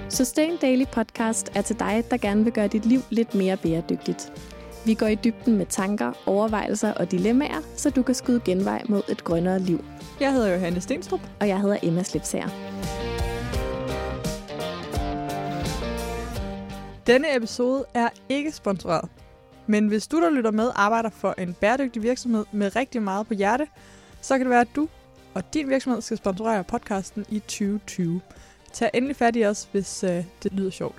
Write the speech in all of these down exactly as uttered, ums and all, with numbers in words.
Sustain Daily Podcast er til dig, der gerne vil gøre dit liv lidt mere bæredygtigt. Vi går i dybden med tanker, overvejelser og dilemmaer, så du kan skyde genvej mod et grønnere liv. Jeg hedder Johanne Stenstrup. Og jeg hedder Emma Slipsager. Denne episode er ikke sponsoreret. Men hvis du, der lytter med, arbejder for en bæredygtig virksomhed med rigtig meget på hjerte, så kan det være, at du og din virksomhed skal sponsorere podcasten i tyve tyve. Tag endelig fat i os, hvis øh, det lyder sjovt.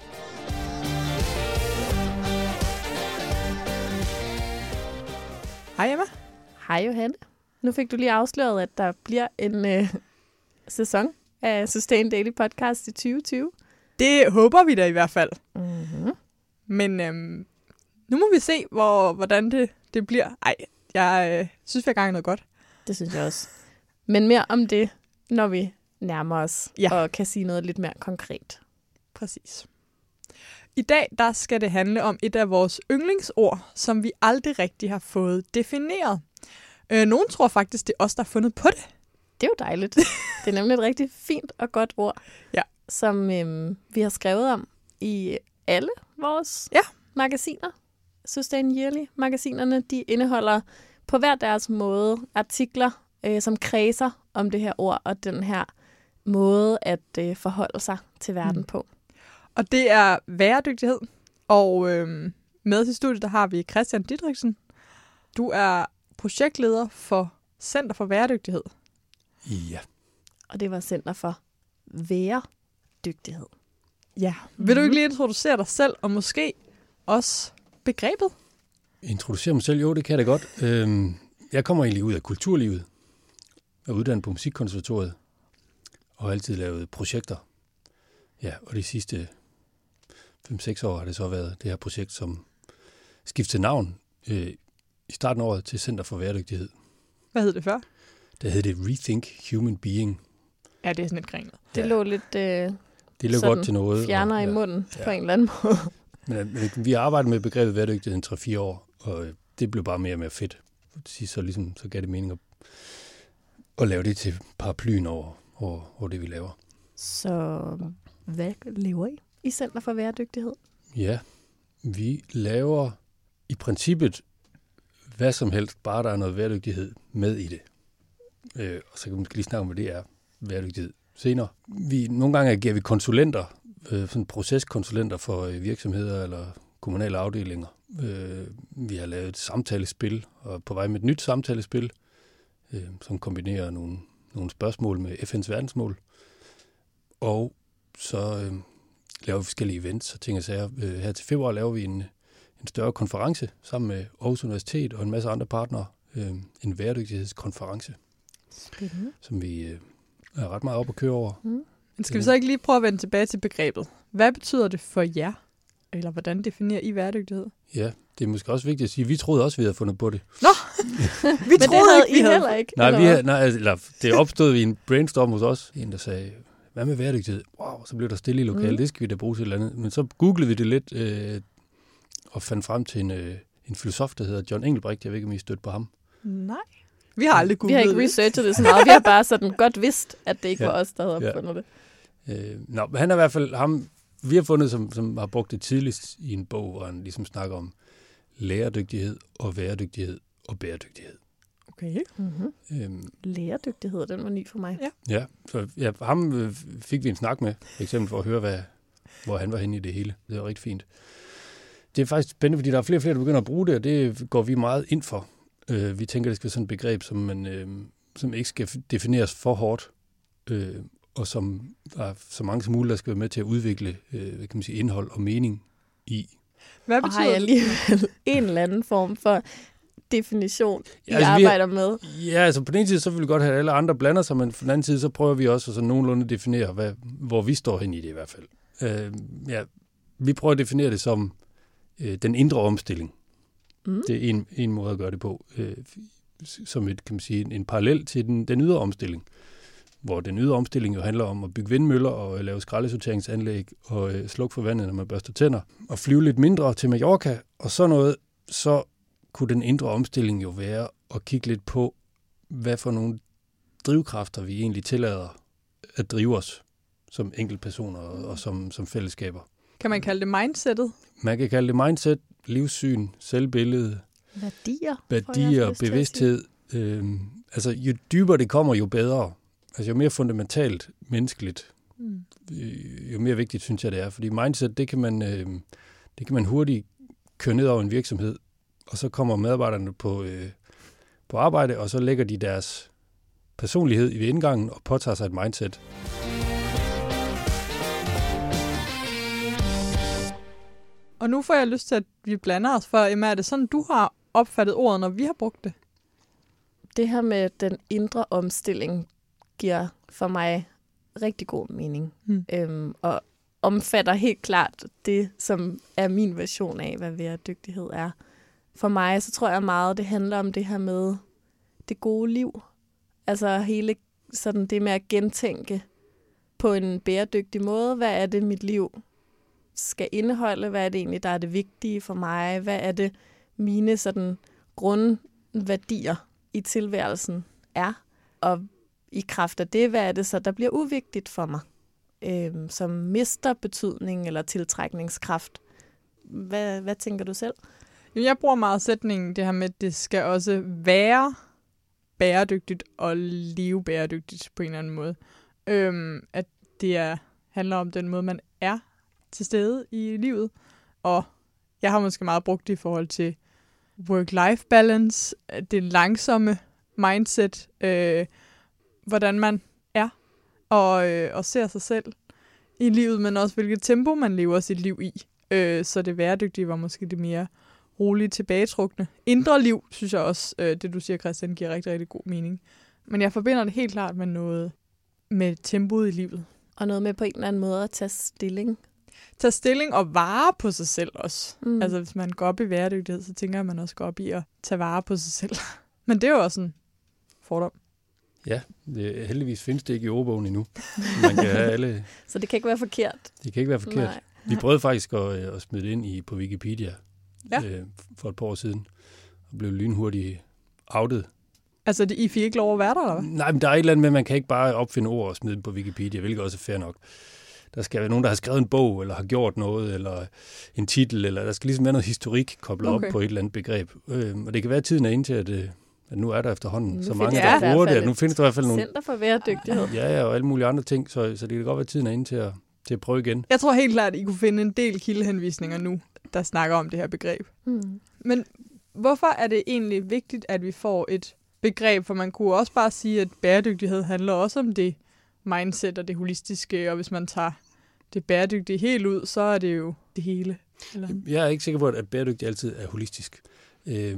Hej Emma. Hej Johanne. Nu fik du lige afsløret, at der bliver en øh, sæson af Sustain Daily Podcast i tyve tyve. Det håber vi da i hvert fald. Mm-hmm. Men øhm, nu må vi se, hvor, hvordan det, det bliver. Ej, jeg øh, synes, vi har gang i noget godt. Det synes jeg også. Men mere om det, når vi nærmer os ja. og kan sige noget lidt mere konkret. Præcis. I dag der skal det handle om et af vores yndlingsord, som vi aldrig rigtig har fået defineret. Øh, nogen tror faktisk, det er os, der har fundet på det. Det er jo dejligt. Det er nemlig et rigtig fint og godt ord, ja. som øhm, vi har skrevet om i alle vores ja. magasiner. Sustain Yearly-magasinerne, de indeholder på hver deres måde artikler, øh, som kredser om det her ord og den her måde at øh, forholde sig til verden mm. på. Og det er bæredygtighed. Og øh, med til studiet, der har vi Christian Didriksen. Du er projektleder for Center for Bæredygtighed. Ja. Og det var Center for Væredygtighed. Ja. Mm-hmm. Vil du ikke lige introducere dig selv, og måske også begrebet? Introducere mig selv? Jo, det kan jeg da godt. Øhm, jeg kommer egentlig ud af kulturlivet. Jeg er uddannet på Musikkonservatoriet. Og har altid lavet projekter. Ja, og de sidste fem seks år har det så været det her projekt, som skiftede navn øh, i starten af året til Center for Bæredygtighed. Hvad hed det før? Der hed det Rethink Human Being. Ja, det er sådan lidt kringlet. Det ja. lå lidt øh, det lå godt til noget. fjerner og, i ja, munden ja. på en eller anden måde. Men, men vi har arbejdet med begrebet bæredygtighed i tre fire år, og det blev bare mere og mere fedt. Så, ligesom, så gav det mening at, at lave det til paraplyen over, over, over det, vi laver. Så hvad lever I i Center for Bæredygtighed? Ja, vi laver i princippet hvad som helst, bare der er noget bæredygtighed med i det. Øh, og så kan vi måske lige snakke om, hvad det er, bæredygtighed senere. Vi, nogle gange agerer vi konsulenter, øh, sådan proceskonsulenter for øh, virksomheder eller kommunale afdelinger. Øh, vi har lavet et samtalespil, og på vej med et nyt samtalespil, øh, som kombinerer nogle, nogle spørgsmål med F N's verdensmål. Og så øh, laver vi forskellige events og ting og sager. Øh, her til februar laver vi en, en større konference sammen med Aarhus Universitet og en masse andre partnere. Øh, en bæredygtighedskonference. Spændende. Som vi øh, er ret meget op at køre over. Mm. Skal vi så ikke lige prøve at vende tilbage til begrebet? Hvad betyder det for jer? Eller hvordan definerer I bæredygtighed? Ja, det er måske også vigtigt at sige, at vi troede også, vi havde fundet på det. Nå, vi Men troede det ikke, I heller ikke. Nej, vi havde, nej eller, det opstod vi i en brainstorm hos os. En, der sagde, hvad med bæredygtighed? Wow, så blev der stille i lokalet. Mm. Det skal vi da bruge til et eller andet. Men så googlede vi det lidt øh, og fandt frem til en, øh, en filosof, der hedder John Engelbrecht. Jeg ved ikke, om I stødte på ham. Nej. Vi har aldrig googlet Vi har ikke researchet det så meget. Vi har bare sådan godt vidst, at det ikke ja. var os, der havde opfundet ja. det. Øh, nå, men han er i hvert fald ham, vi har fundet, som, som har brugt det tidligst i en bog, hvor han ligesom snakker om læredygtighed og væredygtighed og bæredygtighed. Okay. Mm-hmm. Øhm, Læredygtighed, den var ny for mig. Ja, ja så ja, ham øh, fik vi en snak med, for eksempel for at høre, hvad, hvor han var henne i det hele. Det var rigtig fint. Det er faktisk spændende, fordi der er flere og flere, der begynder at bruge det, og det går vi meget ind for. Øh, vi tænker, det skal være sådan et begreb, som, man, øh, som ikke skal defineres for hårdt, øh, og som der er så mange som muligt, der skal være med til at udvikle øh, hvad kan man sige, indhold og mening i. Hvad betyder og har jeg alligevel en eller anden form for definition, I ja, altså, arbejder vi, med? Ja, altså på den ene side, så vil vi godt have, at alle andre blander sig, men på den anden side, så prøver vi også at sådan nogenlunde definere, hvad, hvor vi står hen i det i hvert fald. Øh, ja, vi prøver at definere det som øh, den indre omstilling. Mm. Det er en, en måde at gøre det på, øh, som et, kan man sige, en, en parallel til den, den ydre omstilling, hvor den ydre omstilling jo handler om at bygge vindmøller og lave skraldesorteringsanlæg og øh, slukke for vandet, når man børster tænder, og flyve lidt mindre til Mallorca og sådan noget. Så kunne den indre omstilling jo være at kigge lidt på, hvad for nogle drivkræfter vi egentlig tillader at drive os som enkeltpersoner og, og som, som fællesskaber. Kan man kalde det mindsetet? Man kan kalde det mindset, livssyn, selvbillede, Værdier. værdier, bevidsthed. Øhm, altså, jo dybere det kommer, jo bedre. Altså, jo mere fundamentalt, menneskeligt, mm. jo mere vigtigt, synes jeg, det er. Fordi mindset, det kan man, øh, det kan man hurtigt køre ned over en virksomhed, og så kommer medarbejderne på, øh, på arbejde, og så lægger de deres personlighed i indgangen og påtager sig et mindset. Og nu får jeg lyst til, at vi blander os, for Emma, er det sådan, du har opfattet ordet, når vi har brugt det? Det her med den indre omstilling giver for mig rigtig god mening. Hmm. Øhm, og omfatter helt klart det, som er min version af, hvad bæredygtighed er. For mig, så tror jeg meget, det handler om det her med det gode liv. Altså hele sådan det med at gentænke på en bæredygtig måde. Hvad er det, mit liv skal indeholde? Hvad er det egentlig, der er det vigtige for mig? Hvad er det, mine sådan grundværdier i tilværelsen er? Og i kraft af det, hvad er det så, der bliver uvigtigt for mig? Øhm, som mister betydning eller tiltrækningskraft. Hvad, hvad tænker du selv? Jeg bruger meget sætningen, det her med, at det skal også være bæredygtigt og leve bæredygtigt på en eller anden måde. Øhm, at det er, handler om den måde, man er til stede i livet. Og jeg har måske meget brugt det i forhold til work-life balance, det langsomme mindset, øh, hvordan man er og, øh, og ser sig selv i livet, men også hvilket tempo man lever sit liv i. Øh, så det bæredygtige var måske det mere roligt tilbagetrukne. Indre liv, synes jeg også, øh, det du siger, Christian, giver rigtig, rigtig god mening. Men jeg forbinder det helt klart med noget med tempoet i livet. Og noget med på en eller anden måde at tage stilling. Tage stilling og vare på sig selv også. Mm. Altså hvis man går op i bæredygtighed, så tænker jeg, at man også går op i at tage vare på sig selv. Men det er jo også en fordom. Ja, det, heldigvis findes det ikke i ordbogen endnu. Man kan have alle... Så det kan ikke være forkert. Det kan ikke være forkert. Nej. Vi prøvede faktisk at, at smide det ind i, på Wikipedia ja. øh, for et par år siden, og blev lynhurtigt outet. Altså, det, I fik ikke lov at være der, eller hvad? Nej, men der er et eller andet med, man kan ikke bare opfinde ord og smide dem på Wikipedia, hvilket også er fair nok. Der skal være nogen, der har skrevet en bog, eller har gjort noget, eller en titel, eller der skal ligesom være noget historik koblet okay. op på et eller andet begreb. Øh, og det kan være, at tiden er ind til, at... at nu er der efterhånden nu så mange, der bruger det. Nu findes der i hvert fald nogle... Center for bæredygtighed. Ja, ja, og alle mulige andre ting, så, så det kan godt være, at tiden er inde til at, til at prøve igen. Jeg tror helt klart, at I kunne finde en del kildehenvisninger nu, der snakker om det her begreb. Hmm. Men hvorfor er det egentlig vigtigt, at vi får et begreb? For man kunne også bare sige, at bæredygtighed handler også om det mindset og det holistiske, og hvis man tager det bæredygtige helt ud, så er det jo det hele. Eller? Jeg er ikke sikker på, at bæredygtig altid er holistisk. Øh,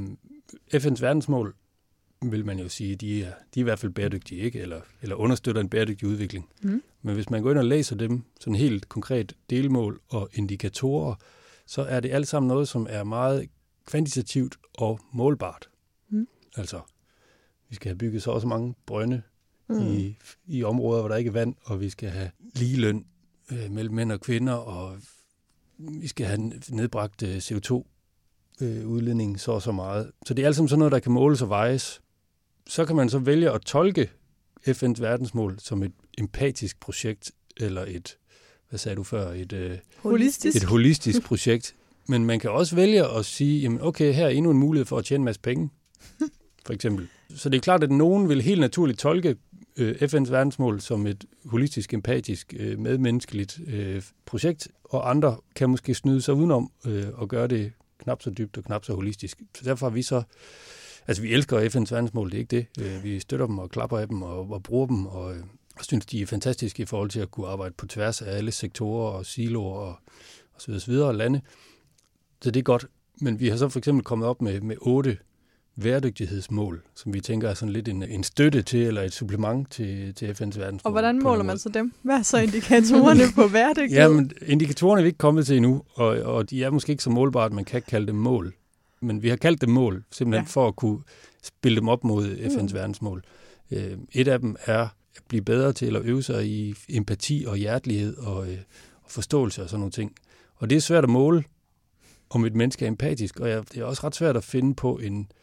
F N's verdensmål vil man jo sige, de er, de er i hvert fald bæredygtige, ikke? Eller, eller understøtter en bæredygtig udvikling. Mm. Men hvis man går ind og læser dem, sådan helt konkret delmål og indikatorer, så er det alt sammen noget, som er meget kvantitativt og målbart. Mm. Altså, vi skal have bygget så også mange brønde mm. i, i områder, hvor der ikke er vand, og vi skal have ligeløn øh, mellem mænd og kvinder, og vi skal have nedbragt øh, C O to udledning så og så meget. Så det er alt sammen sådan noget, der kan måles og vejes. Så kan man så vælge at tolke F N's verdensmål som et empatisk projekt, eller et, hvad sagde du før, et øh, holistisk. et holistisk projekt. Men man kan også vælge at sige, jamen okay, her er endnu en mulighed for at tjene en masse penge, for eksempel. Så det er klart, at nogen vil helt naturligt tolke øh, F N's verdensmål som et holistisk, empatisk, øh, medmenneskeligt øh, projekt, og andre kan måske snyde sig udenom øh, og gøre det knap så dybt og knap så holistisk. Så derfor har vi så... Altså, vi elsker F N's verdensmål, det er ikke det. Vi støtter dem og klapper af dem og, og bruger dem, og, og synes, de er fantastiske i forhold til at kunne arbejde på tværs af alle sektorer og siloer og, og så videre, så videre og lande. Så det er godt. Men vi har så for eksempel kommet op med, med otte bæredygtighedsmål, som vi tænker er sådan lidt en, en støtte til, eller et supplement til, til F N's verdensmål. Og hvordan måler man så dem? Hvad er så indikatorerne på bæredygtighed? Ja, men indikatorerne er vi ikke kommet til endnu, og, og de er måske ikke så målbare, at man kan kalde dem mål. Men vi har kaldt dem mål, simpelthen ja. for at kunne spille dem op mod F N's mm. verdensmål. Et af dem er at blive bedre til at øve sig i empati og hjertelighed og, og forståelse og sådan nogle ting. Og det er svært at måle, om et menneske er empatisk, og det er også ret svært at finde på en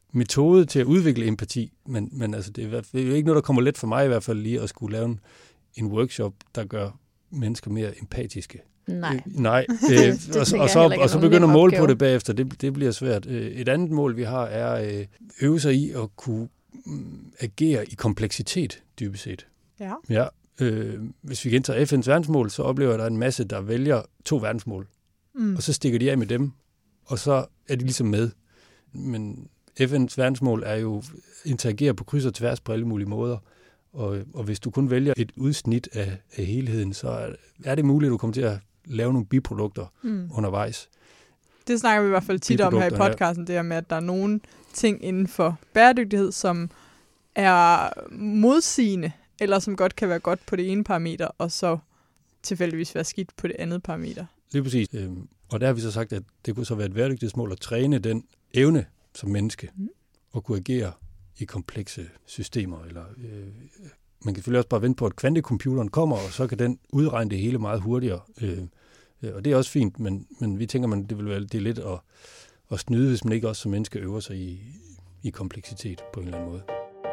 metode til at udvikle empati, men, men altså, det er jo ikke noget, der kommer let for mig i hvert fald lige at skulle lave en, en workshop, der gør mennesker mere empatiske. Nej. Øh, nej. Øh, og, og, så, og så begynde at måle på det bagefter. Det, det bliver svært. Et andet mål, vi har, er at øve sig i at kunne agere i kompleksitet, dybest set. Ja. Ja. Øh, hvis vi gentager F N's verdensmål, så oplever der en masse, der vælger to verdensmål. Mm. Og så stikker de af med dem, og så er de ligesom med. Men F N's verdensmål er jo interagere på kryds og tværs på alle mulige måder. Og, og hvis du kun vælger et udsnit af, af helheden, så er, er det muligt, at du kommer til at lave nogle biprodukter mm. undervejs. Det snakker vi i hvert fald tit om her i podcasten, det her med, at der er nogle ting inden for bæredygtighed, som er modsigende, eller som godt kan være godt på det ene parameter, og så tilfældigvis være skidt på det andet parameter. Lige præcis. Øhm, og der har vi så sagt, at det kunne så være et bæredygtighedsmål at træne den evne som menneske, mm. og kunne agere i komplekse systemer. Eller, øh, man kan selvfølgelig også bare vente på, at kvantecomputeren kommer, og så kan den udregne det hele meget hurtigere. Øh, øh, og det er også fint, men, men vi tænker, at det vil være det er lidt at, at snyde, hvis man ikke også som menneske øver sig i, i kompleksitet på en eller anden måde.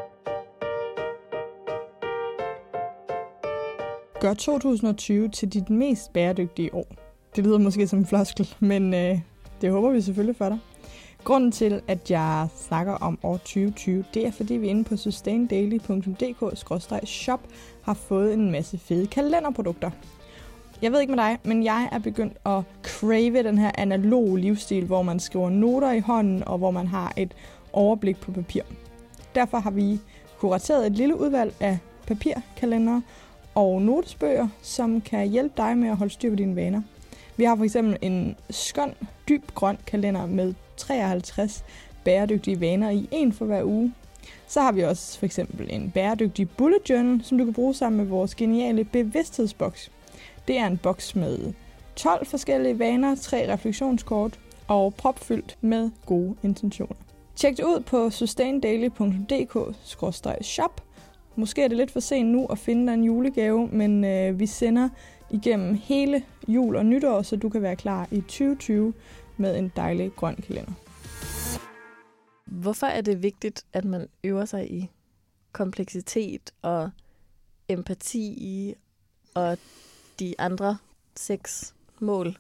Gør to tusind og tyve til dit mest bæredygtige år. Det lyder måske som en floskel, men øh, det håber vi selvfølgelig for dig. Grunden til, at jeg snakker om år tyve tyve, det er, fordi vi inde på sustaindaily punktum d k skråstreg shop har fået en masse fede kalenderprodukter. Jeg ved ikke med dig, men jeg er begyndt at crave den her analog livsstil, hvor man skriver noter i hånden, og hvor man har et overblik på papir. Derfor har vi kurateret et lille udvalg af papirkalendere og notesbøger, som kan hjælpe dig med at holde styr på dine vaner. Vi har for eksempel en skøn, dyb grøn kalender med treoghalvtreds bæredygtige vaner i en for hver uge. Så har vi også for eksempel en bæredygtig bullet journal, som du kan bruge sammen med vores geniale bevidsthedsboks. Det er en boks med tolv forskellige vaner, tre refleksionskort og propfyldt med gode intentioner. Tjek det ud på sustaindaily punktum d k skråstreg shop. Måske er det lidt for sent nu at finde dig en julegave, men øh, vi sender igennem hele jul og nytår, så du kan være klar i tyve tyve med en dejlig grøn kalender. Hvorfor er det vigtigt, at man øver sig i kompleksitet og empati og de andre seks mål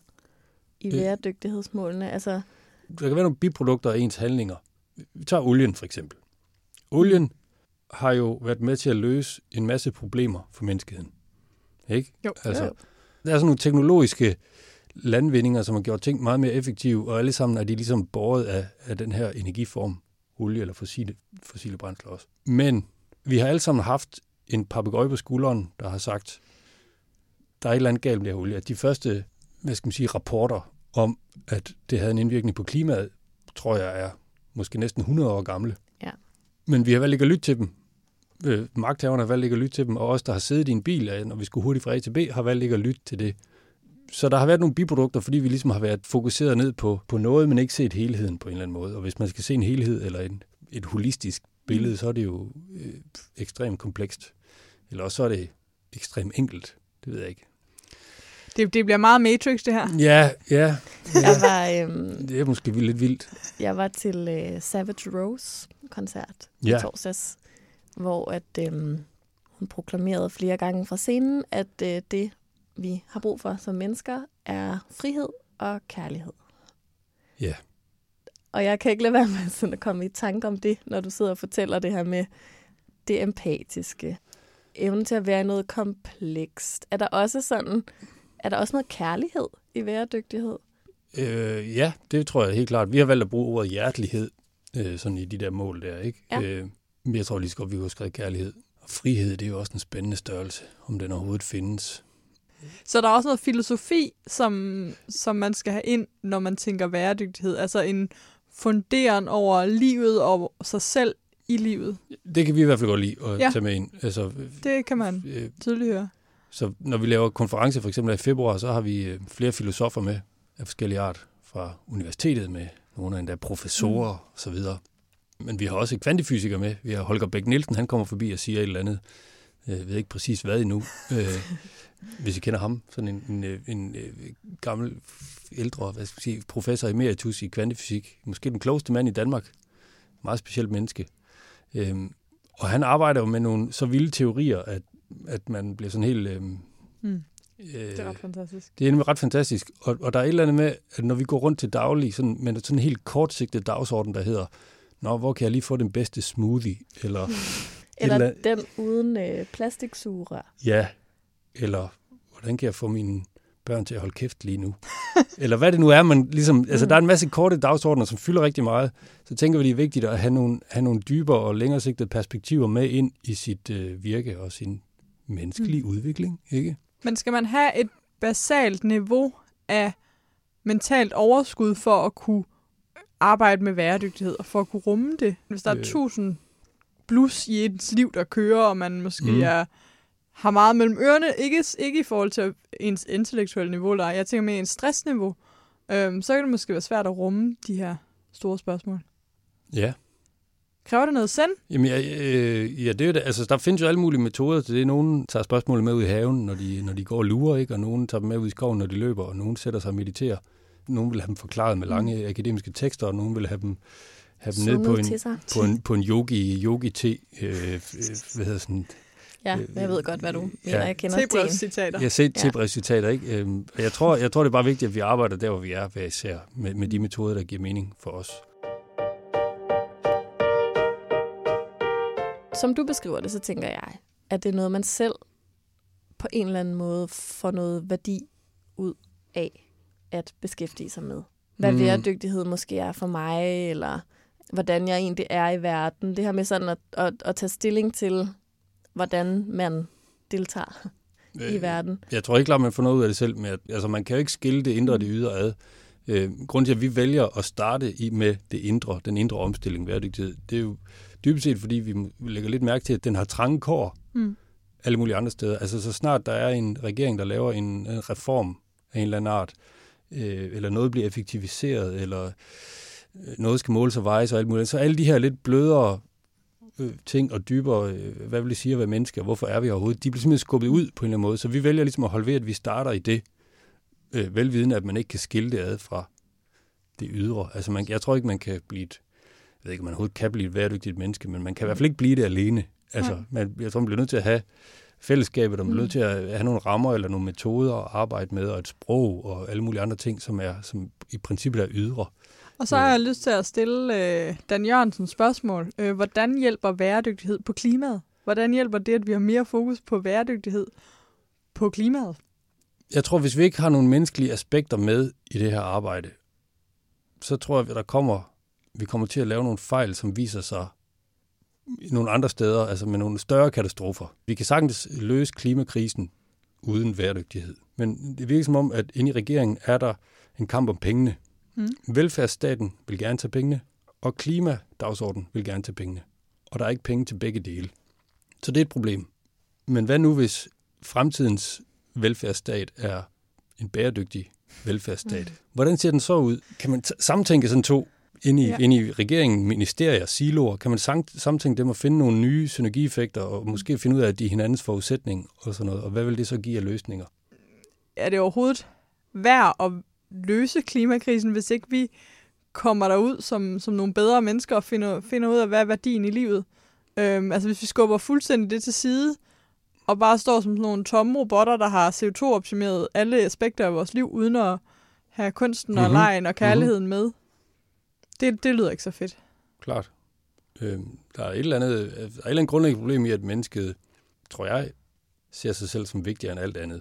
i bæredygtighedsmålene? Altså, der kan være nogle biprodukter af ens handlinger. Vi tager olien for eksempel. Olien har jo været med til at løse en masse problemer for menneskeheden. Ikke? Jo. Altså, jo. Der er sådan nogle teknologiske landvindinger, som har gjort ting meget mere effektive, og alle sammen er de ligesom båret af, af den her energiform, olie eller fossile, fossile brændsler også. Men vi har alle sammen haft en papegøje på skulderen, der har sagt, der er et eller andet galt med det her olie. At de første, hvad skal man sige, rapporter om, at det havde en indvirkning på klimaet, tror jeg er måske næsten hundrede år gamle. Ja. Men vi har valgt ikke at lytte til dem. Øh, magthaverne har valgt ikke at lytte til dem, og os, der har siddet i en bil, når vi skulle hurtigt fra A til B, har valgt ikke at lytte til det. Så der har været nogle biprodukter, fordi vi ligesom har været fokuseret ned på, på noget, men ikke set helheden på en eller anden måde. Og hvis man skal se en helhed eller en, et holistisk billede, så er det jo øh, ekstremt komplekst. Eller også så er det ekstremt enkelt. Det ved jeg ikke. Det, det bliver meget Matrix, det her. Ja, ja. ja. Jeg var, øhm, det er måske lidt vildt. Jeg var til øh, Savage Rose-koncert ja. i torsdags, hvor at, øhm, hun proklamerede flere gange fra scenen, at øh, det, vi har brug for som mennesker, er frihed og kærlighed. Ja. Og jeg kan ikke lade være med sådan at komme i tanke om det, når du sidder og fortæller det her med det empatiske. Evnen til at være noget komplekst. Er der også sådan, er der også noget kærlighed i bæredygtighed? Øh, ja, det tror jeg helt klart. Vi har valgt at bruge ordet hjertelighed øh, sådan i de der mål der, ikke? Ja. Øh, men jeg tror lige så godt, vi kunne skrive kærlighed. Og frihed, det er jo også en spændende størrelse, om den overhovedet findes. Så der er også noget filosofi, som, som man skal have ind, når man tænker bæredygtighed. Altså en funderen over livet og sig selv i livet. Det kan vi i hvert fald godt lide at ja. tage med ind. Altså, det kan man øh, tydeligt høre. Så når vi laver konference for eksempel i februar, så har vi øh, flere filosofer med af forskellige art fra universitetet med nogle af endda professorer mm. og så videre. Men vi har også kvantifysikere med. Vi har Holger Bæk Nielsen, han kommer forbi og siger et eller andet. Jeg ved ikke præcis hvad endnu. øh, hvis I kender ham. Sådan en, en, en, en gammel, ældre hvad skal jeg sige, professor emeritus i kvantifysik. Måske den klogeste mand i Danmark. Meget specielt menneske. Øhm, og han arbejder jo med nogle så vilde teorier, at at man bliver sådan helt... Øh, Mm. øh, Det er ret fantastisk. Det er nemlig ret fantastisk. Og, og der er et eller andet med, at når vi går rundt til daglig, sådan, med sådan en helt kortsigtet dagsorden, der hedder, nå, hvor kan jeg lige få den bedste smoothie? Eller, Mm. Eller, eller den uden øh, plastiksugerør. Ja, eller hvordan kan jeg få mine børn til at holde kæft lige nu? Eller hvad det nu er, man ligesom... Altså, der er en masse korte dagsordner, som fylder rigtig meget. Så tænker vi, det er vigtigt at have nogle, have nogle dybere og længere sigtede perspektiver med ind i sit øh, virke og sin menneskelige mm. udvikling, ikke? Men skal man have et basalt niveau af mentalt overskud for at kunne arbejde med bæredygtighed og for at kunne rumme det? Hvis der er Øh. tusind blus i ens liv, der kører, og man måske Mm. er, har meget mellem ørerne, ikke, ikke i forhold til ens intellektuelle niveau, der jeg tænker mere ens stressniveau, øhm, så kan det måske være svært at rumme de her store spørgsmål. Ja. Kræver det noget send? Jamen, ja, øh, ja, det er jo det. Altså, der findes jo alle mulige metoder til det. Nogen tager spørgsmålet med ud i haven, når de, når de går og lurer, ikke? Og nogen tager dem med ud i skoven, når de løber, og nogen sætter sig og mediterer. Nogen vil have dem forklaret med lange mm. akademiske tekster, og nogen vil have dem, have dem ned på en, på en, på en yogi, yogi-te, øh, øh, hvad hedder sådan... Ja, jeg ved godt, hvad du mener. Ja. Jeg kender Tebrevs teen. citater. Jeg har set Tebrevs-citater, ikke? Øhm, og jeg tror, jeg tror, det er bare vigtigt, at vi arbejder der, hvor vi er, hvad især, med, med de metoder, der giver mening for os. Som du beskriver det, så tænker jeg, at det er noget, man selv på en eller anden måde får noget værdi ud af at beskæftige sig med. Hvad Mm. bæredygtighed måske er for mig, eller hvordan jeg egentlig er i verden. Det her med sådan at, at, at tage stilling til, hvordan man deltager øh, i verden. Jeg tror ikke klart, man får noget ud af det selv. Men at, altså, man kan jo ikke skille det indre og det ydre ad. Øh, grunden til, at vi vælger at starte i med det indre, den indre omstilling, bæredygtighed, det er jo dybest set, fordi vi lægger lidt mærke til, at den har trange kår Mm. alle mulige andre steder. Altså så snart der er en regering, der laver en, en reform af en eller anden art, øh, eller noget bliver effektiviseret, eller øh, noget skal måles og vejes og alt muligt, så alle de her lidt blødere øh, ting og dybere, øh, hvad vil det sige at være mennesker, hvorfor er vi overhovedet, de bliver simpelthen skubbet ud på en eller anden måde. Så vi vælger ligesom at holde ved, at vi starter i det, øh, velvidende, at man ikke kan skille det ad fra det ydre. Altså man, jeg tror ikke, man kan blive et, jeg ved ikke, om man overhovedet kan blive et bæredygtigt menneske, men man kan i hvert fald ikke blive det alene. Altså, man, jeg tror, man bliver nødt til at have fællesskabet, og man bliver nødt til at have nogle rammer eller nogle metoder at arbejde med, og et sprog og alle mulige andre ting, som er som i princippet er ydre. Og så har jeg lyst til at stille øh, Dan Jørgensens spørgsmål. Øh, hvordan hjælper bæredygtighed på klimaet? Hvordan hjælper det, at vi har mere fokus på bæredygtighed på klimaet? Jeg tror, hvis vi ikke har nogle menneskelige aspekter med i det her arbejde, så tror jeg, at der kommer, vi kommer til at lave nogle fejl, som viser sig i nogle andre steder, altså med nogle større katastrofer. Vi kan sagtens løse klimakrisen uden bæredygtighed. Men det virker som om, at inde i regeringen er der en kamp om pengene. Mm. Velfærdsstaten vil gerne tage pengene, og klimadagsordenen vil gerne tage pengene. Og der er ikke penge til begge dele. Så det er et problem. Men hvad nu, hvis fremtidens velfærdsstat er en bæredygtig velfærdsstat? Mm. Hvordan ser den så ud? Kan man t- samtænke sådan to inde i, ja. inde i regeringen, ministerier, siloer? Kan man sam- samtænke dem og finde nogle nye synergieffekter, og måske finde ud af, at de er hinandens forudsætning og sådan noget? Og hvad vil det så give af løsninger? Er det overhovedet værd at løse klimakrisen, hvis ikke vi kommer derud som, som nogle bedre mennesker og finder, finder ud af, hvad er værdien i livet? Øhm, altså hvis vi skubber fuldstændig det til side, og bare står som nogle tomme robotter, der har C O to optimeret alle aspekter af vores liv, uden at have kunsten mm-hmm. og lejen og kærligheden mm-hmm. med. Det, det lyder ikke så fedt. Klart. Øh, der er et eller andet, der er et eller andet grundlæggende problem i, at mennesket, tror jeg, ser sig selv som vigtigere end alt andet.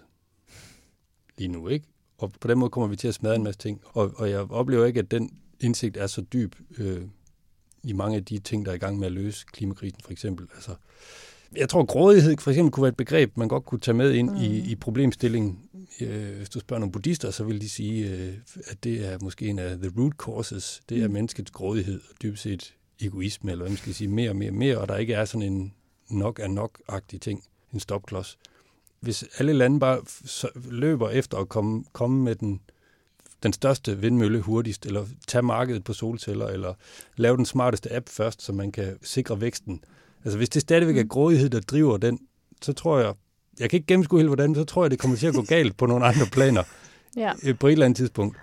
Lige nu, ikke? Og på den måde kommer vi til at smadre en masse ting. Og, og jeg oplever ikke, at den indsigt er så dyb øh, i mange af de ting, der er i gang med at løse klimakrisen, for eksempel. Altså, jeg tror, grådighed for eksempel kunne være et begreb, man godt kunne tage med ind mm. i, i problemstillingen. Øh, hvis du spørger nogle buddhister, så vil de sige, øh, at det er måske en af the root causes. Det er mm. menneskets grådighed, og dybest set egoisme, eller hvad man skal sige, mere og mere og mere, og der ikke er sådan en nok er nok-agtig ting, en stopklods. Hvis alle lande bare løber efter at komme, komme med den, den største vindmølle hurtigst, eller tage markedet på solceller, eller lave den smarteste app først, så man kan sikre væksten. Altså hvis det stadigvæk er grådighed, der driver den, så tror jeg, jeg kan ikke gennemskue helt hvordan, så tror jeg, det kommer til at gå galt på nogle andre planer ja. på et eller andet tidspunkt.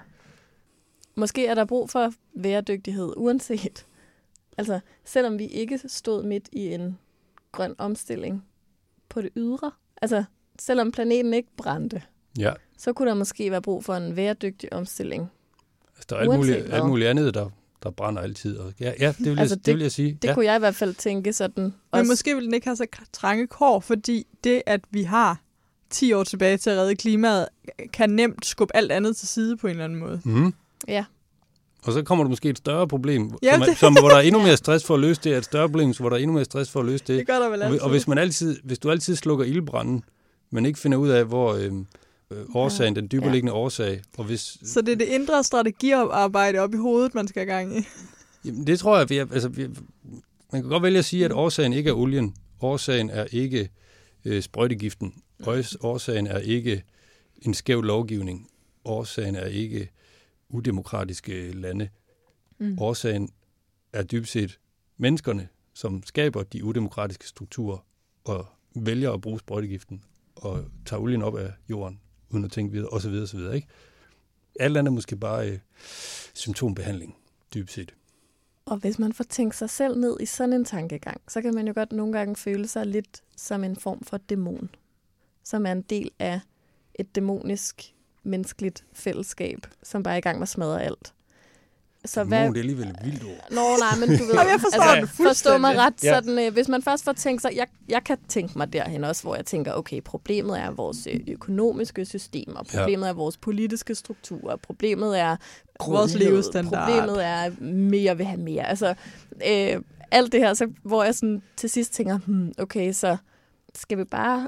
Måske er der brug for bæredygtighed, uanset. Altså selvom vi ikke stod midt i en grøn omstilling på det ydre. Altså, selvom planeten ikke brændte, Ja. så kunne der måske være brug for en bæredygtig omstilling. Altså, der er alt muligt, alt muligt andet, der, der brænder altid. Og ja, ja, det vil, altså, jeg, det, det vil jeg sige. Det ja. kunne jeg i hvert fald tænke sådan. Men Også, måske vil den ikke have så trange kår, fordi det, at vi har ti år tilbage til at redde klimaet, kan nemt skubbe alt andet til side på en eller anden måde. Mm. Ja. Og så kommer der måske et større problem, Ja, som, er, det- som, hvor der er endnu mere stress for at løse det, er et større problem, hvor der er endnu mere stress for at løse det. Det gør der vel Og, altid. og hvis man altid, hvis du altid slukker ildbranden, men ikke finder ud af, hvor øh, øh, årsagen, den dybereliggende ja. årsag, og hvis... Så det er det indre strategiarbejde op i hovedet, man skal have gang i. Jamen, det tror jeg, vi er, altså, vi er, man kan godt vælge at sige, at årsagen ikke er olien. Årsagen er ikke øh, sprøjtegiften. Års- Årsagen er ikke en skæv lovgivning. Årsagen er ikke udemokratiske lande. Mm. Årsagen er dybest set menneskerne, som skaber de udemokratiske strukturer og vælger at bruge sprøjtegiften og tager olien op af jorden, uden at tænke videre, osv. osv. Ikke? Alt andet er måske bare øh, symptombehandling, dybest set. Og hvis man får tænkt sig selv ned i sådan en tankegang, så kan man jo godt nogle gange føle sig lidt som en form for dæmon, som er en del af et dæmonisk, menneskeligt fællesskab, som bare er i gang med at smadre alt. Så Dæmon, hvad... det er alligevel vildt ord. Nå, nej, men du ved... Jamen, jeg forstår altså, det fuldstændig. Forstå mig ret, Ja. sådan, øh, hvis man først får tænkt sig... Jeg, jeg kan tænke mig derhen også, hvor jeg tænker, okay, problemet er vores øh, økonomiske system, og problemet ja. er vores politiske strukturer, problemet er Vores grådighed, levestandard. problemet er mere vil have mere. Altså, øh, alt det her, så, hvor jeg sådan til sidst tænker, hmm, okay, så skal vi bare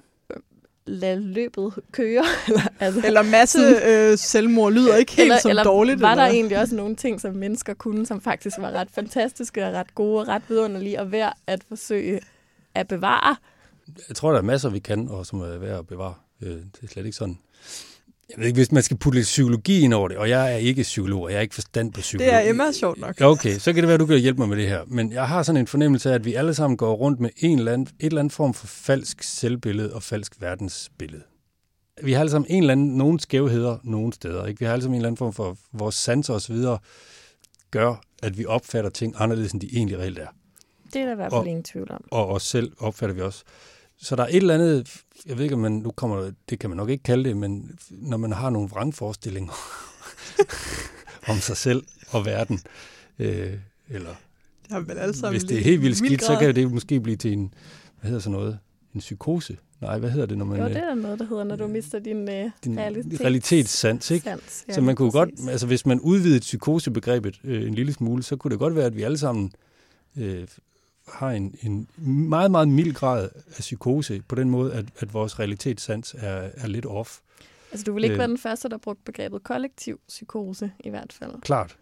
lade løbet køre? eller, altså, Eller masse øh, selvmord lyder ikke helt eller, som eller dårligt. var der eller? egentlig også nogle ting, som mennesker kunne, som faktisk var ret fantastiske og ret gode og ret vidunderlige og værd at forsøge at bevare? Jeg tror, der er masser, vi kan, og som er værd at bevare. Øh, det er slet ikke sådan. Jeg ved ikke, hvis man skal putte lidt psykologi ind over det, og jeg er ikke psykolog, og jeg er ikke forstand på psykologi. Det er Emma sjovt nok. Ja, okay, så kan det være, du kan hjælpe mig med det her. Men jeg har sådan en fornemmelse af, at vi alle sammen går rundt med en eller anden, et eller andet form for falsk selvbillede og falsk verdensbillede. Vi har alle sammen en eller anden, nogle skævheder nogle steder. Ikke? Vi har alle sammen en eller anden form for vores sanser og så videre, gør, at vi opfatter ting anderledes, end de egentlig reelt er. Det er der i hvert fald ingen tvivl om. Og os selv opfatter vi også. Så der er et eller andet, jeg ved ikke, om man, nu kommer det kan man nok ikke kalde det, men når man har nogle vrangforestillinger om sig selv og verden, øh, eller Det har vel alle sammen hvis det er lidt helt vildt skidt, så grad. kan det måske blive til en, hvad hedder sådan noget, en psykose. Nej, hvad hedder det, når man... Jo, det er der noget, der hedder, når du mister din, øh, din realitets- realitetssans, ikke? sans. Ja, Så man kunne præcis. godt, altså hvis man udvidede psykosebegrebet øh, en lille smule, så kunne det godt være, at vi alle sammen øh, har en, en meget, meget mild grad af psykose, på den måde, at, at vores realitetssans er, er lidt off. Altså, du vil ikke Øh. være den første, der brugte begrebet kollektiv psykose, i hvert fald. Klart.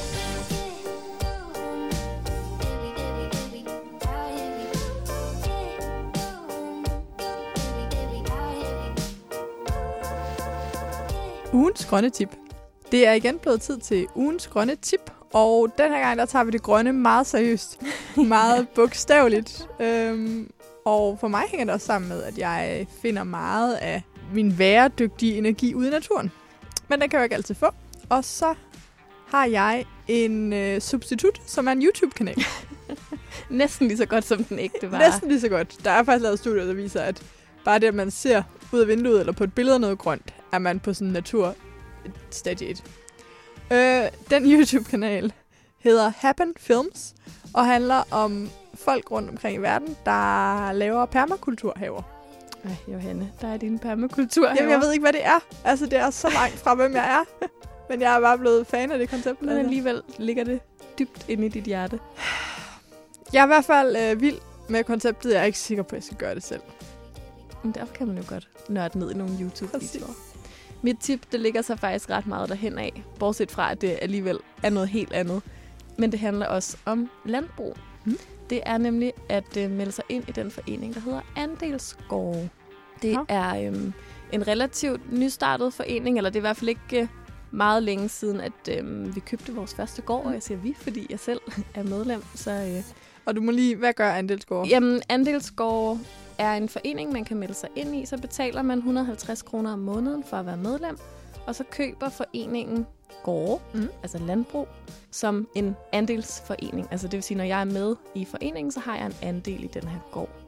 Ugens grønne tip. Det er igen blevet tid til ugens grønne tip, og den her gang, der tager vi det grønne meget seriøst. meget bogstaveligt. Øhm, og for mig hænger det også sammen med, at jeg finder meget af min bæredygtige energi ude i naturen. Men den kan jeg jo ikke altid få. Og så har jeg en øh, substitut, som er en YouTube-kanal. Næsten lige så godt, som den ægte var. Næsten lige så godt. Der er faktisk lavet studier, der viser, at bare det, at man ser ud af vinduet eller på et billede af noget grønt, er man på sådan en natur stadie et. Øh, den YouTube-kanal hedder Happen Films, og handler om folk rundt omkring i verden, der laver permakulturhaver. Ej, Johanne, der er din permakultur Jamen, jeg ved ikke, hvad det er. Altså, det er så langt fra, hvem jeg er. Men jeg er bare blevet fan af det koncept. Men altså. alligevel ligger det dybt inde i dit hjerte. Jeg er i hvert fald øh, vild med konceptet. Jeg er ikke sikker på, at jeg skal gøre det selv. Men derfor kan man jo godt nørde ned i nogle Præcis. YouTube-videoer. Mit tip, det ligger så faktisk ret meget derhen af. Bortset fra, at det alligevel er noget helt andet. Men det handler også om landbrug. Mm. Det er nemlig at øh, melde sig ind i den forening, der hedder Andelsgårde. Det Ja. er øhm, en relativt nystartet forening, eller det er i hvert fald ikke øh, meget længe siden, at øh, vi købte vores første gård, og jeg siger vi, fordi jeg selv er medlem. Så, øh, Og du må lige, hvad gør Andelsgård? jamen, Andelsgårde er en forening, man kan melde sig ind i. Så betaler man et hundrede og halvtreds kroner om måneden for at være medlem, og så køber foreningen gårde, Mm. altså landbrug, som en andelsforening. Altså det vil sige, når jeg er med i foreningen, så har jeg en andel i den her gård.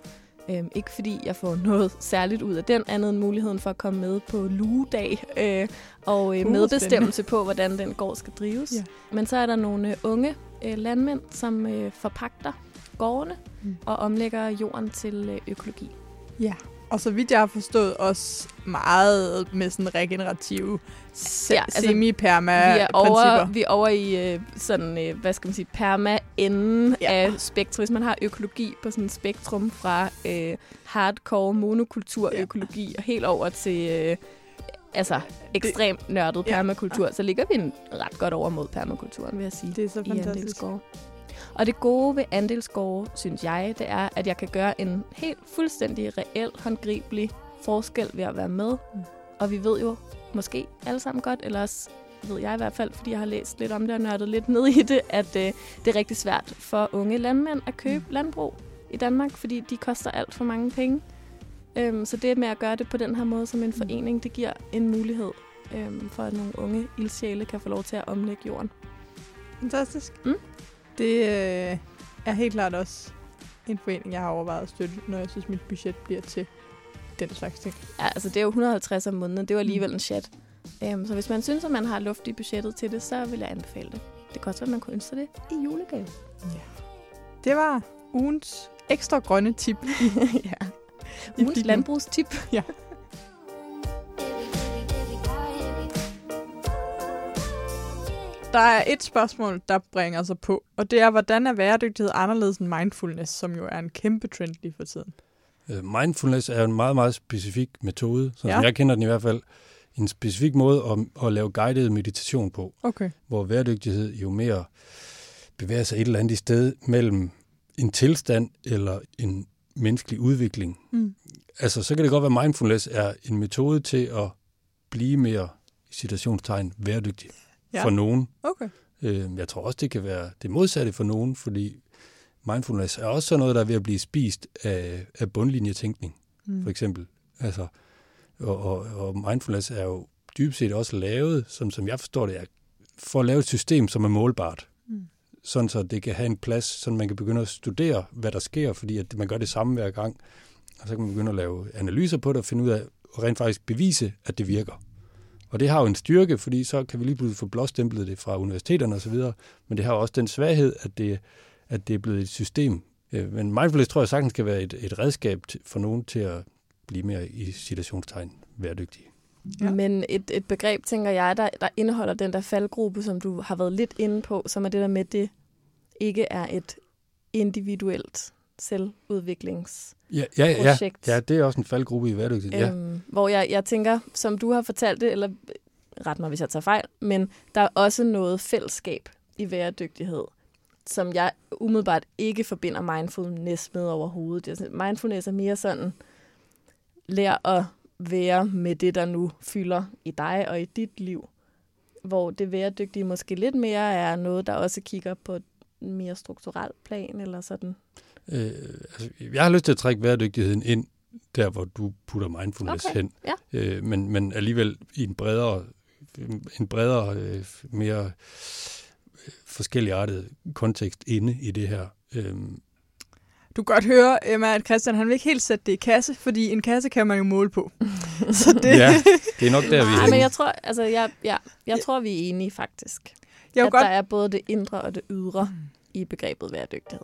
Øhm, ikke fordi jeg får noget særligt ud af den, andet end muligheden for at komme med på lugedag øh, og øh, Uh, medbestemmelse på, hvordan den gård skal drives. Ja. Men så er der nogle øh, unge øh, landmænd, som øh, forpagter gårdene Mm. og omlægger jorden til øh, økologi. Ja, og så vidt jeg har forstået, også meget med sådan regenerative se- Ja, altså, semi-perma-principper. Vi er over, vi er over i øh, sådan, øh, hvad skal man sige, perma-enden Ja. af spektrum. Hvis man har økologi på sådan et spektrum fra øh, hardcore monokulturøkologi og helt over til øh, altså ekstremt nørdet Ja. permakultur, så ligger vi en ret godt over mod permakulturen, vil jeg sige. Det er så i fantastisk. andelsgårde. Og det gode ved andelsgårde, synes jeg, det er, at jeg kan gøre en helt fuldstændig reel, håndgribelig forskel ved at være med. Mm. Og vi ved jo måske alle sammen godt, eller også ved jeg i hvert fald, fordi jeg har læst lidt om det og nørdet lidt ned i det, at øh, det er rigtig svært for unge landmænd at købe mm. landbrug i Danmark, fordi de koster alt for mange penge. Øhm, så det med at gøre det på den her måde som en forening, det giver en mulighed øhm, for, at nogle unge ildsjæle kan få lov til at omlægge jorden. Fantastisk. Mm. Det øh, er helt klart også en forening, jeg har overvejet at støtte, når jeg synes, mit budget bliver til den slags ting. Ja, altså det er jo et hundrede og halvtreds om måneden. Det er jo alligevel en chat. Um, så hvis man synes, at man har luft i budgettet til det, så vil jeg anbefale det. Det kan også være, at man kunne ønske det i julegave. Ja. Det var ugens ekstra grønne tip. Ja. I Ugens filmen. landbrugstip. Ja. Der er et spørgsmål, der bringer sig på, og det er, hvordan er bæredygtighed anderledes end mindfulness, som jo er en kæmpe trend lige for tiden? Uh, mindfulness er en meget, meget specifik metode, som Ja. jeg kender den i hvert fald. En specifik måde at, at lave guided meditation på, Okay. hvor bæredygtighed jo mere bevæger sig et eller andet sted mellem en tilstand eller en menneskelig udvikling. Mm. Altså, så kan det godt være, at mindfulness er en metode til at blive mere, i citationstegn, bæredygtig Ja. for nogen. Okay. Øh, jeg tror også, det kan være det modsatte for nogen, fordi mindfulness er også sådan noget, der er ved at blive spist af, af bundlinjetænkning, Mm. for eksempel. Altså, og, og, og mindfulness er jo dybest set også lavet, som, som jeg forstår det, er for at lave et system, som er målbart. Mm. Sådan så det kan have en plads, så man kan begynde at studere, hvad der sker, fordi at man gør det samme hver gang. Og så kan man begynde at lave analyser på det og finde ud af, og rent faktisk bevise, at det virker. Og det har jo en styrke, fordi så kan vi lige pludselig få blåstemplet det fra universiteterne osv., men det har også den svaghed, at det, at det er blevet et system. Men mindfulness tror jeg sagtens skal være et, et redskab for nogen til at blive mere i citationstegn bæredygtige. Ja. Men et, et begreb, tænker jeg, der, der indeholder den der faldgruppe, som du har været lidt inde på, som er det der med, at det ikke er et individuelt selvudviklings Ja, ja, ja, projekt. ja, det er også en faldgruppe i bæredygtighed. Ja. Øhm, hvor jeg, jeg tænker, som du har fortalt det, eller ret mig, hvis jeg tager fejl, men der er også noget fællesskab i bæredygtighed, som jeg umiddelbart ikke forbinder mindfulness med overhovedet. Det er sådan, mindfulness er mere sådan, lær at være med det, der nu fylder i dig og i dit liv. Hvor det bæredygtige måske lidt mere er noget, der også kigger på et mere strukturelt plan, eller sådan. Øh, altså, jeg har lyst til at trække bæredygtigheden ind, der hvor du putter mindfulness Okay, hen. ja. Øh, men, men alligevel i en bredere, en bredere øh, mere forskelligartet kontekst inde i det her. Øh, Du kan godt høre, Emma, at Christian han vil ikke helt sætte det i kasse, fordi en kasse kan man jo måle på. Så det... ja, det er nok der, vi er Nej, men henne. jeg tror, altså, jeg, ja, jeg tror, vi er enige faktisk. Jeg At godt... der er både det indre og det ydre i begrebet bæredygtighed.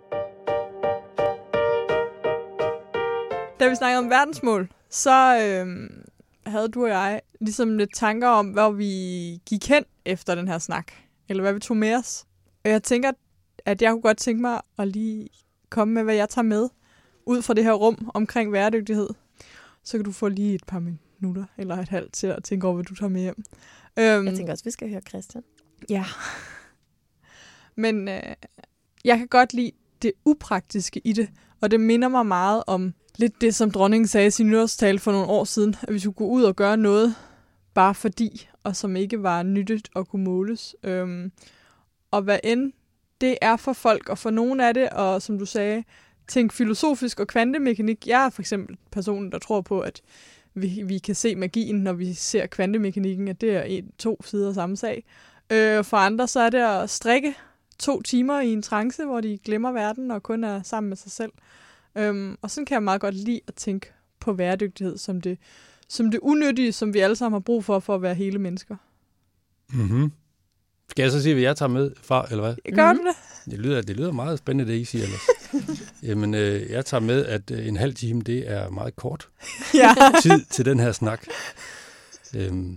Da vi snakkede om verdensmål, så øhm, havde du og jeg ligesom lidt tanker om, hvor vi gik hen efter den her snak. Eller hvad vi tog med os. Og jeg tænker, at jeg kunne godt tænke mig at lige komme med, hvad jeg tager med ud fra det her rum omkring bæredygtighed. Så kan du få lige et par minutter eller et halvt til at tænke over, hvad du tager med hjem. Øhm, Jeg tænker også, vi skal høre Christian. Ja. Men øh, jeg kan godt lide det upraktiske i det, og det minder mig meget om lidt det, som dronningen sagde i sin nytårstale for nogle år siden, at vi skulle gå ud og gøre noget, bare fordi, og som ikke var nyttigt og kunne måles. Øhm, og hvad end det er for folk, og for nogen af det, og som du sagde, tænk filosofisk og kvantemekanik. Jeg er for eksempel personen, der tror på, at vi, vi kan se magien, når vi ser kvantemekanikken, at det er en, to sider af samme sag. Øh, for andre så er det at strikke to timer i en trance, hvor de glemmer verden og kun er sammen med sig selv. Øhm, og sådan kan jeg meget godt lide at tænke på bæredygtighed som det, som det unyttige, som vi alle sammen har brug for, for at være hele mennesker. Mm-hmm. Skal jeg så sige, hvad jeg tager med fra, eller hvad? Gør mm-hmm. du det? Det lyder, det lyder meget spændende, det I siger ellers. Jamen, øh, jeg tager med, at øh, en halv time, det er meget kort ja. tid til den her snak. Øhm,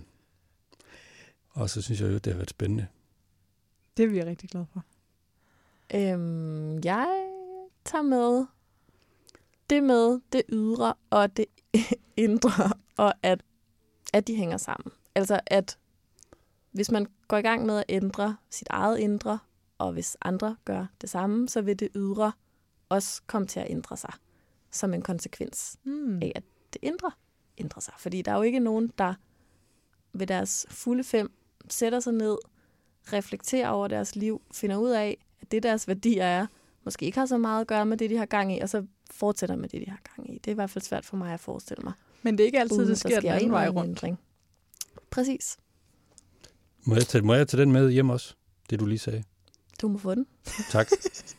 og så synes jeg jo, det har været spændende. Det er vi rigtig glade for. Øhm, jeg tager med det med det ydre og det indre, og at, at de hænger sammen. Altså, at hvis man går i gang med at ændre sit eget indre, og hvis andre gør det samme, så vil det ydre også komme til at ændre sig som en konsekvens mm. af, at det indre ændrer sig. Fordi der er jo ikke nogen, der ved deres fulde fem sætter sig ned, reflekterer over deres liv, finder ud af, at det deres værdier er, måske ikke har så meget at gøre med det, de har gang i, og så fortsætter med det, de har gang i. Det er i hvert fald svært for mig at forestille mig. Men det er ikke altid, uden, det sker, sker den anden vej rundt. Ændring. Præcis. Må jeg, tage, må jeg tage den med hjem også, det du lige sagde? Du må få den. Tak.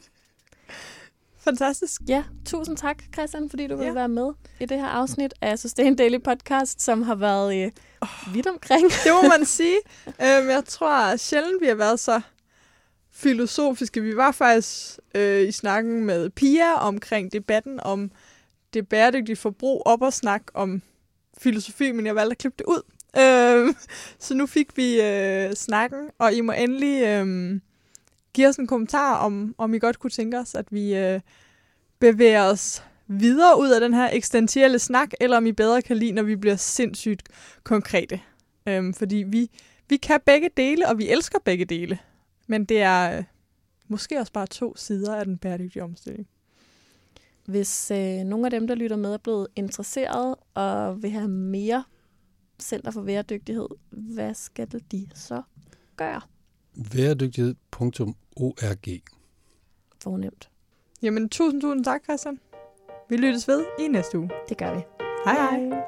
Fantastisk. Ja, tusind tak, Christian, fordi du ja. vil være med i det her afsnit af Sustain Daily Podcast, som har været øh, oh, vidt omkring. Det må man sige. øhm, jeg tror sjældent, vi har været så filosofiske. Vi var faktisk øh, i snakken med Pia omkring debatten om det bæredygtige forbrug, op og snak om filosofi, men jeg valgte at klippe det ud. Øh, så nu fik vi øh, snakken, og I må endelig øh, give os en kommentar, om, om I godt kunne tænke os, at vi øh, bevæger os videre ud af den her eksistentielle snak, eller om I bedre kan lide, når vi bliver sindssygt konkrete. Øh, fordi vi, vi kan begge dele, og vi elsker begge dele. Men det er øh, måske også bare to sider af den bæredygtige omstilling. Hvis øh, nogle af dem, der lytter med, er blevet interesseret og vil have mere Center for Bæredygtighed, hvad skal de så gøre? Bæredygtighed punktum org. Fornemt. Jamen, tusind, tusind tak, Christian. Vi lyttes ved i næste uge. Det gør vi. Hej hej.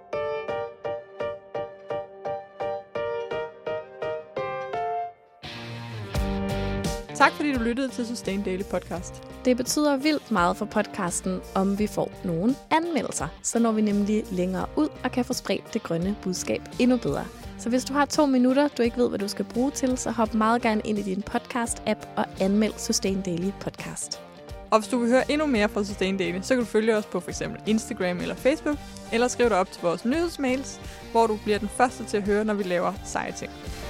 Tak fordi du lyttede til Sustain Daily Podcast. Det betyder vildt meget for podcasten, om vi får nogle anmeldelser. Så når vi nemlig længere ud og kan få spredt det grønne budskab endnu bedre. Så hvis du har to minutter, du ikke ved, hvad du skal bruge til, så hop meget gerne ind i din podcast-app og anmeld Sustain Daily Podcast. Og hvis du vil høre endnu mere fra Sustain Daily, så kan du følge os på f.eks. Instagram eller Facebook, eller skrive dig op til vores nyhedsmails, hvor du bliver den første til at høre, når vi laver seje ting.